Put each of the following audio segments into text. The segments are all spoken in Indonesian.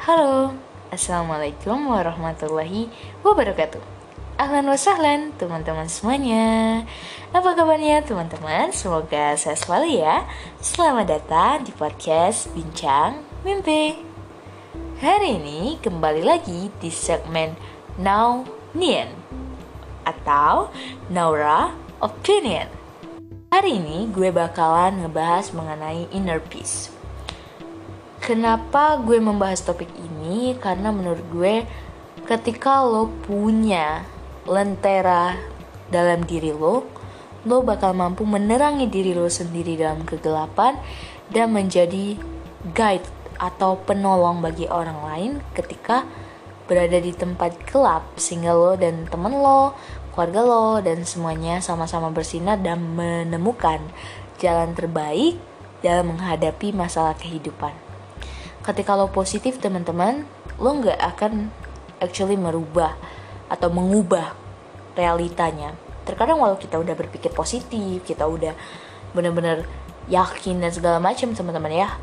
Halo, Assalamualaikum warahmatullahi wabarakatuh. Ahlan wa sahlan teman-teman semuanya. Apa kabarnya teman-teman? Semoga sehat selalu ya. Selamat datang di podcast Bincang Mimpi. Hari ini kembali lagi di segmen Now Nian atau Naura Opinion. Hari ini gue bakalan ngebahas mengenai inner peace. Kenapa gue membahas topik ini? Karena menurut gue ketika lo punya lentera dalam diri lo bakal mampu menerangi diri lo sendiri dalam kegelapan dan menjadi guide atau penolong bagi orang lain ketika berada di tempat gelap, sehingga lo dan temen lo, keluarga lo, dan semuanya sama-sama bersinar dan menemukan jalan terbaik dalam menghadapi masalah kehidupan. Ketika lo positif teman-teman, lo gak akan actually merubah atau mengubah realitanya. Terkadang walau kita udah berpikir positif, kita udah benar-benar yakin dan segala macam teman-teman ya,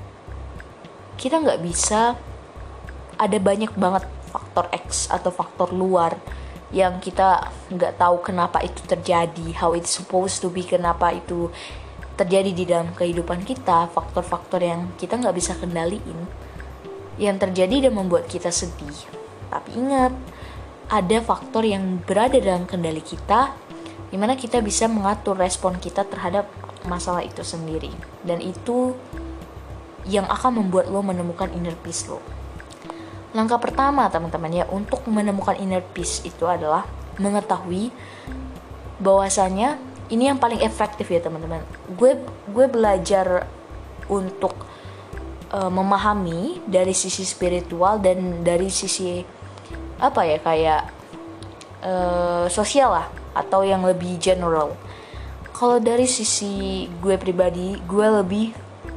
kita gak bisa, ada banyak banget faktor X atau faktor luar yang kita gak tahu kenapa itu terjadi, how it's supposed to be, kenapa itu terjadi di dalam kehidupan kita, faktor-faktor yang kita gak bisa kendaliin, yang terjadi dan membuat kita sedih. Tapi ingat, ada faktor yang berada dalam kendali kita, dimana kita bisa mengatur respon kita terhadap masalah itu sendiri. Dan itu yang akan membuat lo menemukan inner peace lo. Langkah pertama teman-teman ya, untuk menemukan inner peace itu adalah mengetahui bahwasanya ini yang paling efektif ya teman-teman. Gue belajar untuk memahami dari sisi spiritual dan dari sisi sosial lah, atau yang lebih general. Kalau dari sisi gue pribadi, gue lebih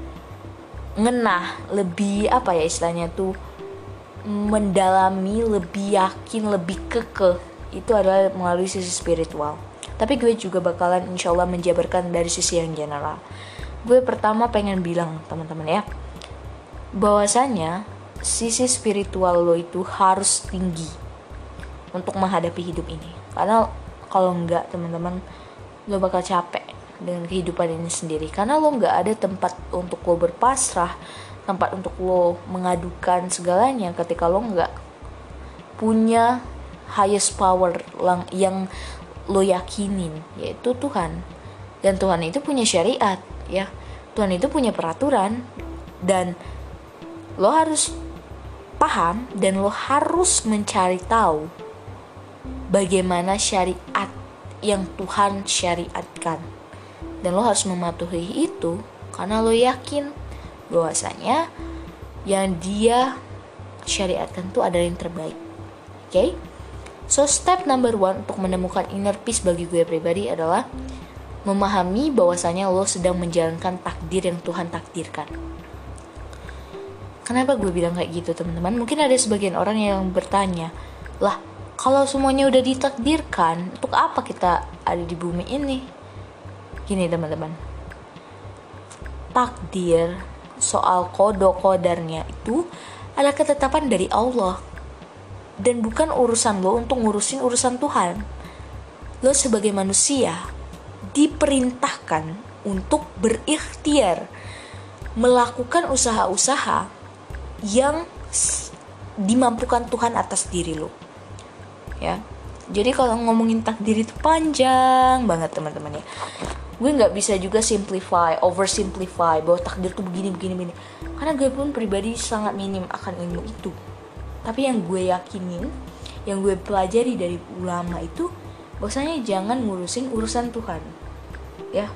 lebih istilahnya tuh mendalami, lebih yakin, lebih kekeh. Itu adalah melalui sisi spiritual. Tapi gue juga bakalan insyaallah menjabarkan dari sisi yang general. Gue pertama pengen bilang teman-teman ya, bahwasanya sisi spiritual lo itu harus tinggi untuk menghadapi hidup ini. Karena kalau enggak teman-teman, lo bakal capek dengan kehidupan ini sendiri. Karena lo enggak ada tempat untuk lo berpasrah, tempat untuk lo mengadukan segalanya ketika lo enggak punya highest power yang lo yakinin, yaitu Tuhan. Dan Tuhan itu punya syariat ya, Tuhan itu punya peraturan, dan lo harus paham dan lo harus mencari tahu bagaimana syariat yang Tuhan syariatkan, dan lo harus mematuhi itu karena lo yakin bahwasanya yang dia syariatkan itu adalah yang terbaik. Oke? So step number 1 untuk menemukan inner peace bagi gue pribadi adalah memahami bahwasanya lo sedang menjalankan takdir yang Tuhan takdirkan. Kenapa gue bilang kayak gitu teman-teman? Mungkin ada sebagian orang yang bertanya, lah kalau semuanya udah ditakdirkan, untuk apa kita ada di bumi ini? Gini teman-teman, takdir soal kodarnya itu adalah ketetapan dari Allah, dan bukan urusan lo untuk ngurusin urusan Tuhan. Lo sebagai manusia diperintahkan untuk berikhtiar, melakukan usaha-usaha yang dimampukan Tuhan atas diri lo. Ya. Jadi kalau ngomongin takdir itu panjang banget teman-teman ya. Gue nggak bisa juga oversimplify bahwa takdir itu begini. Karena gue pun pribadi sangat minim akan ilmu itu. Tapi yang gue yakinin, yang gue pelajari dari ulama itu, bahwasanya jangan ngurusin urusan Tuhan, ya.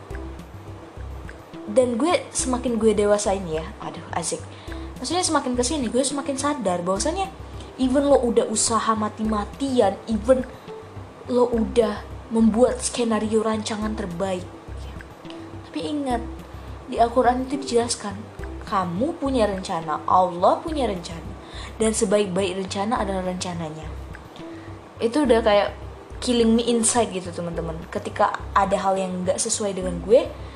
Dan gue semakin gue dewasa ini ya, asik. Maksudnya semakin kesini gue semakin sadar bahwasanya even lo udah usaha mati-matian, even lo udah membuat skenario rancangan terbaik, ya. Tapi ingat, di Al-Quran itu dijelaskan, kamu punya rencana, Allah punya rencana. Dan sebaik-baik rencana adalah rencananya. Itu udah kayak killing me inside gitu teman-teman. Ketika ada hal yang gak sesuai dengan gue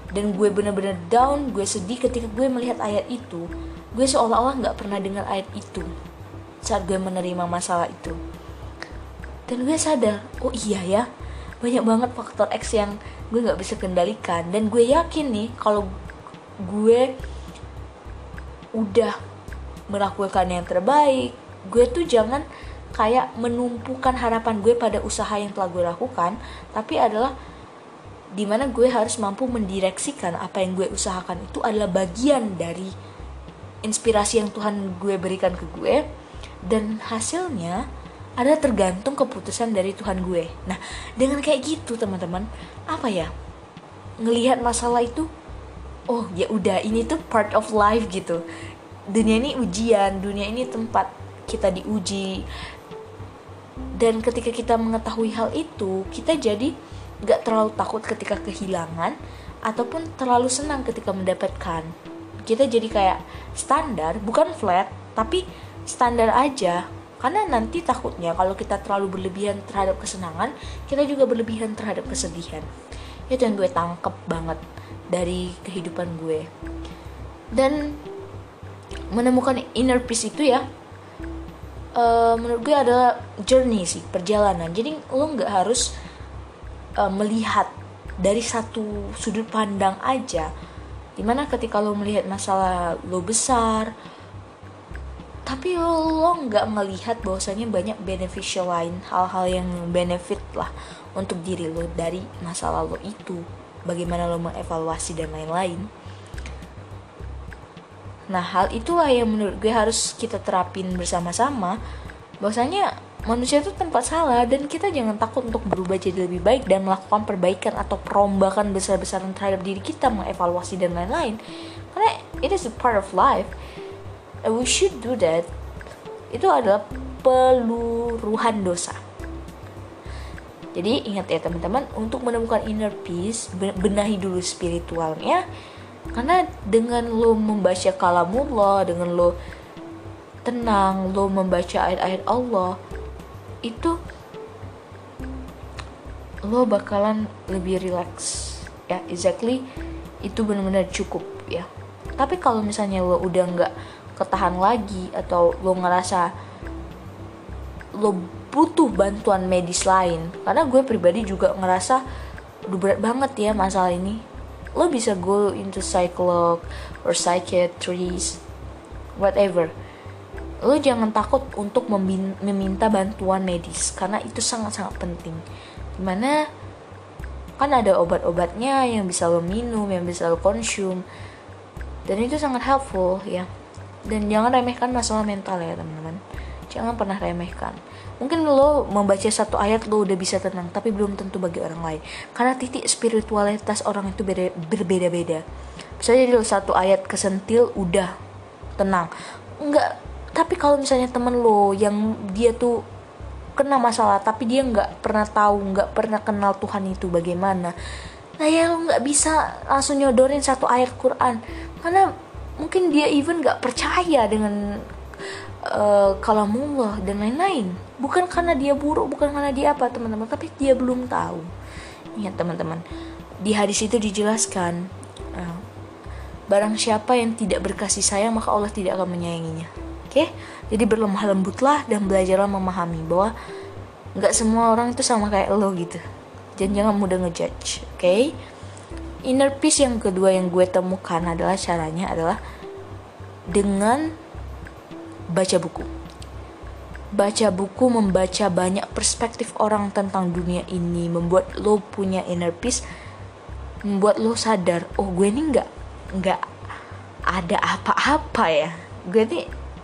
dan gue bener-bener down, gue sedih ketika gue melihat ayat itu. Gue seolah-olah gak pernah dengar ayat itu saat gue menerima masalah itu. Dan gue sadar, oh iya ya, banyak banget faktor X yang gue gak bisa kendalikan. Dan gue yakin nih, kalau gue udah melakukan yang terbaik, gue tuh jangan kayak menumpukan harapan gue pada usaha yang telah gue lakukan, tapi adalah dimana gue harus mampu mendireksikan apa yang gue usahakan itu adalah bagian dari inspirasi yang Tuhan gue berikan ke gue, dan hasilnya ada tergantung keputusan dari Tuhan gue. Nah, dengan kayak gitu teman-teman, apa ya, ngelihat masalah itu, oh ya udah, ini tuh part of life gitu. Dunia ini ujian, dunia ini tempat kita diuji. Dan ketika kita mengetahui hal itu, kita jadi gak terlalu takut ketika kehilangan, ataupun terlalu senang ketika mendapatkan. Kita jadi kayak standar, bukan flat, tapi standar aja. Karena nanti takutnya kalau kita terlalu berlebihan terhadap kesenangan, kita juga berlebihan terhadap kesedihan. Itu yang gue tangkep banget dari kehidupan gue. Dan menemukan inner peace itu ya, menurut gue adalah journey sih, perjalanan. Jadi lo gak harus melihat dari satu sudut pandang aja, dimana ketika lo melihat masalah lo besar, tapi lo nggak melihat bahwasanya banyak beneficial lain, hal-hal yang benefit lah untuk diri lo dari masalah lo itu, bagaimana lo mengevaluasi dan lain-lain. Nah, hal itulah yang menurut gue harus kita terapin bersama-sama, bahwasanya manusia itu tempat salah, dan kita jangan takut untuk berubah jadi lebih baik dan melakukan perbaikan atau perombakan besar-besaran terhadap diri kita, mengevaluasi dan lain-lain. Karena it is a part of life, and we should do that. Itu adalah peluruhan dosa. Jadi ingat ya teman-teman, untuk menemukan inner peace, benahi dulu spiritualnya. Karena dengan lo membaca kalamullah, dengan lo tenang, lo membaca ayat-ayat Allah, itu lo bakalan lebih relax ya. Exactly, itu benar-benar cukup ya. Tapi kalau misalnya lo udah nggak ketahan lagi, atau lo ngerasa lo butuh bantuan medis lain, karena gue pribadi juga ngerasa udah berat banget ya masalah ini, lo bisa go into psycholog or psychiatrist, whatever. Lo jangan takut untuk meminta bantuan medis, karena itu sangat-sangat penting. Dimana kan ada obat-obatnya yang bisa lo minum, yang bisa lo konsum, dan itu sangat helpful ya. Dan jangan remehkan masalah mental ya teman-teman, jangan pernah remehkan. Mungkin lo membaca satu ayat lo udah bisa tenang, tapi belum tentu bagi orang lain, karena titik spiritualitas orang itu berbeda-beda. Bisa jadi lo satu ayat kesentil udah tenang, enggak. Tapi kalau misalnya temen lo yang dia tuh kena masalah, tapi dia nggak pernah tahu, nggak pernah kenal Tuhan itu bagaimana, nah ya lo nggak bisa langsung nyodorin satu ayat Quran, karena mungkin dia even nggak percaya dengan kalamullah dan lain-lain. Bukan karena dia buruk, bukan karena dia apa teman-teman, tapi dia belum tahu. Ingat teman-teman, di hadis itu dijelaskan, barang siapa yang tidak berkasih sayang, maka Allah tidak akan menyayanginya. Oke, jadi berlemah lembutlah dan belajarlah memahami bahwa nggak semua orang itu sama kayak lo gitu. Dan jangan mudah ngejudge. Oke. Inner peace yang kedua yang gue temukan adalah caranya adalah dengan baca buku. Baca buku, membaca banyak perspektif orang tentang dunia ini, membuat lo punya inner peace, membuat lo sadar, oh gue ini nggak ada apa-apa ya. Gue nih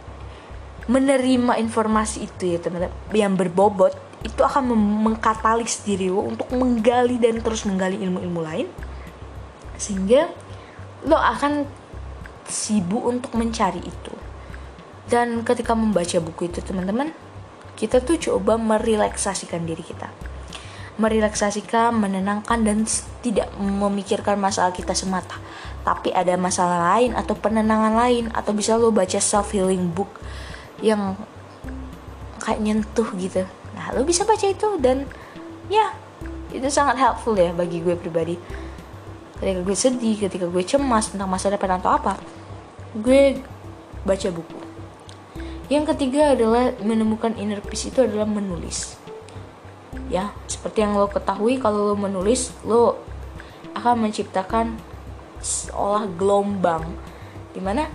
menerima informasi itu ya teman-teman, yang berbobot itu akan mengkatalis diri lo untuk menggali dan terus menggali ilmu-ilmu lain, sehingga lo akan sibuk untuk mencari itu. Dan ketika membaca buku itu teman-teman, kita tuh coba merelaksasikan diri kita, merelaksasikan, menenangkan, dan tidak memikirkan masalah kita semata, tapi ada masalah lain atau penenangan lain. Atau bisa lo baca self healing book yang kayak nyentuh gitu. Nah, lo bisa baca itu, dan ya itu sangat helpful ya bagi gue pribadi. ketika gue sedih, ketika gue cemas tentang masa depan atau apa, gue baca buku. Yang ketiga adalah menemukan inner peace itu adalah menulis. Ya, seperti yang lo ketahui, kalau lo menulis, lo akan menciptakan seolah gelombang dimana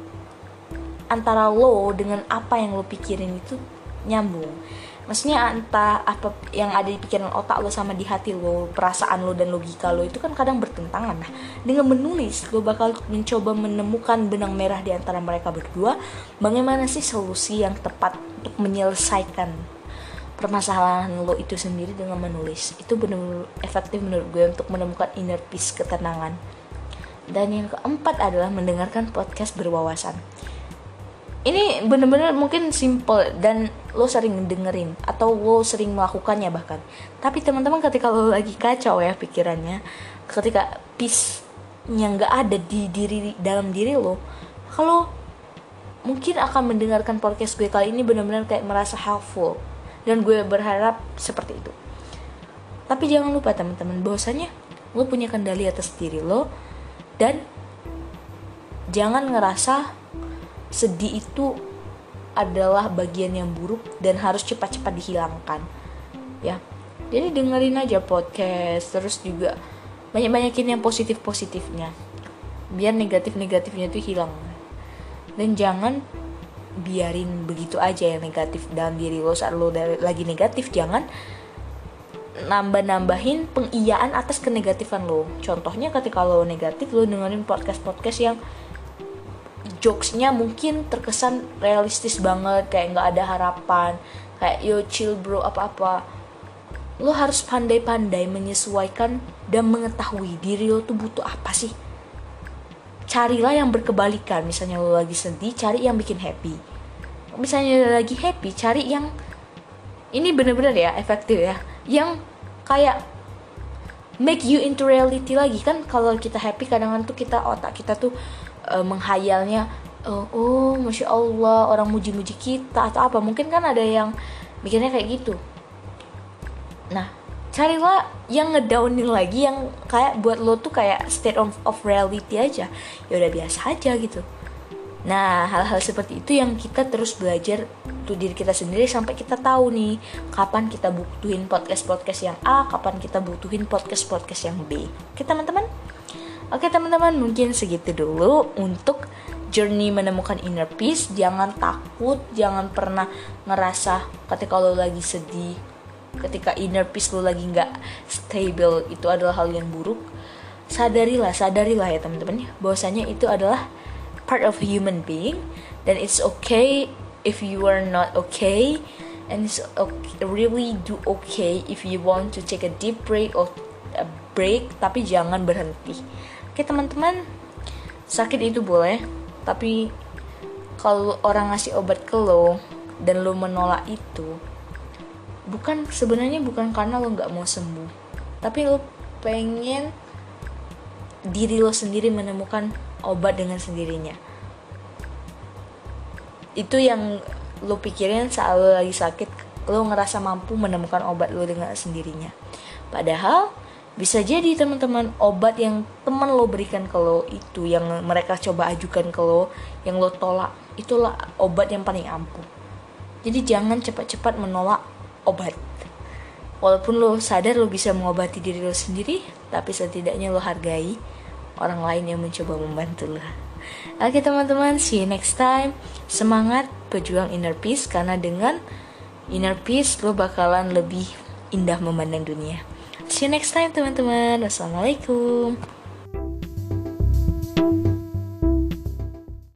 antara lo dengan apa yang lo pikirin itu nyambung. Maksudnya entah apa yang ada di pikiran otak lo sama di hati lo, perasaan lo dan logika lo itu kan kadang bertentangan. Nah, dengan menulis lo bakal mencoba menemukan benang merah di antara mereka berdua. Bagaimana sih solusi yang tepat untuk menyelesaikan permasalahan lo itu sendiri dengan menulis. Itu benar-benar efektif menurut gue untuk menemukan inner peace, ketenangan. Dan yang keempat adalah mendengarkan podcast berwawasan. Ini bener-bener mungkin simple dan lo sering dengerin atau lo sering melakukannya bahkan. Tapi teman-teman, ketika lo lagi kacau ya pikirannya, ketika peace-nya nggak ada di dalam diri lo, kalau mungkin akan mendengarkan podcast gue kali ini benar-benar kayak merasa helpful, dan gue berharap seperti itu. Tapi jangan lupa teman-teman, bahwasanya lo punya kendali atas diri lo, dan jangan ngerasa sedih itu adalah bagian yang buruk dan harus cepat-cepat dihilangkan. Ya. Jadi dengerin aja podcast, terus juga banyak-banyakin yang positif-positifnya. Biar negatif-negatifnya itu hilang. Dan jangan biarin begitu aja yang negatif dalam diri lo saat lo lagi negatif. Jangan nambah-nambahin pengiyaan atas kenegatifan lo. Contohnya ketika lo negatif, lo dengerin podcast-podcast yang jokesnya mungkin terkesan realistis banget, kayak nggak ada harapan, kayak yo chill bro apa-apa. Lo harus pandai-pandai menyesuaikan dan mengetahui diri lo tuh butuh apa sih. Carilah yang berkebalikan. Misalnya lo lagi sedih, cari yang bikin happy. Misalnya lagi happy, cari yang ini bener-bener ya efektif ya, yang kayak make you into reality lagi. Kan kalau kita happy kadang-kadang tuh otak kita tuh menghayalnya, oh masya Allah orang muji-muji kita atau apa, mungkin kan ada yang mikirnya kayak gitu. Nah, carilah yang ngedownin lagi, yang kayak buat lo tuh kayak state of reality aja, ya udah biasa aja gitu. Nah, hal-hal seperti itu yang kita terus belajar untuk diri kita sendiri sampai kita tahu nih kapan kita butuhin podcast yang A, kapan kita butuhin podcast yang B. Oke teman-teman? Oke teman-teman, mungkin segitu dulu untuk journey menemukan inner peace. Jangan takut, jangan pernah ngerasa ketika lo lagi sedih, ketika inner peace lo lagi gak stable, itu adalah hal yang buruk. Sadarilah ya teman-teman, bahwasanya itu adalah part of human being, dan it's okay if you are not okay, and it's okay, really do okay if you want to take a deep break or a break, tapi jangan berhenti. Oke teman-teman, sakit itu boleh, tapi kalau orang ngasih obat ke lo dan lo menolak itu, sebenarnya bukan karena lo nggak mau sembuh, tapi lo pengen diri lo sendiri menemukan obat dengan sendirinya. Itu yang lo pikirin saat lo lagi sakit, lo ngerasa mampu menemukan obat lo dengan sendirinya. Padahal bisa jadi teman-teman, obat yang teman lo berikan ke lo itu, yang mereka coba ajukan ke lo, yang lo tolak, itulah obat yang paling ampuh. Jadi jangan cepat-cepat menolak obat. Walaupun lo sadar lo bisa mengobati diri lo sendiri, tapi setidaknya lo hargai orang lain yang mencoba membantu lo. Oke teman-teman, see you next time. Semangat berjuang inner peace, karena dengan inner peace lo bakalan lebih indah memandang dunia. See you next time teman-teman. Wassalamualaikum.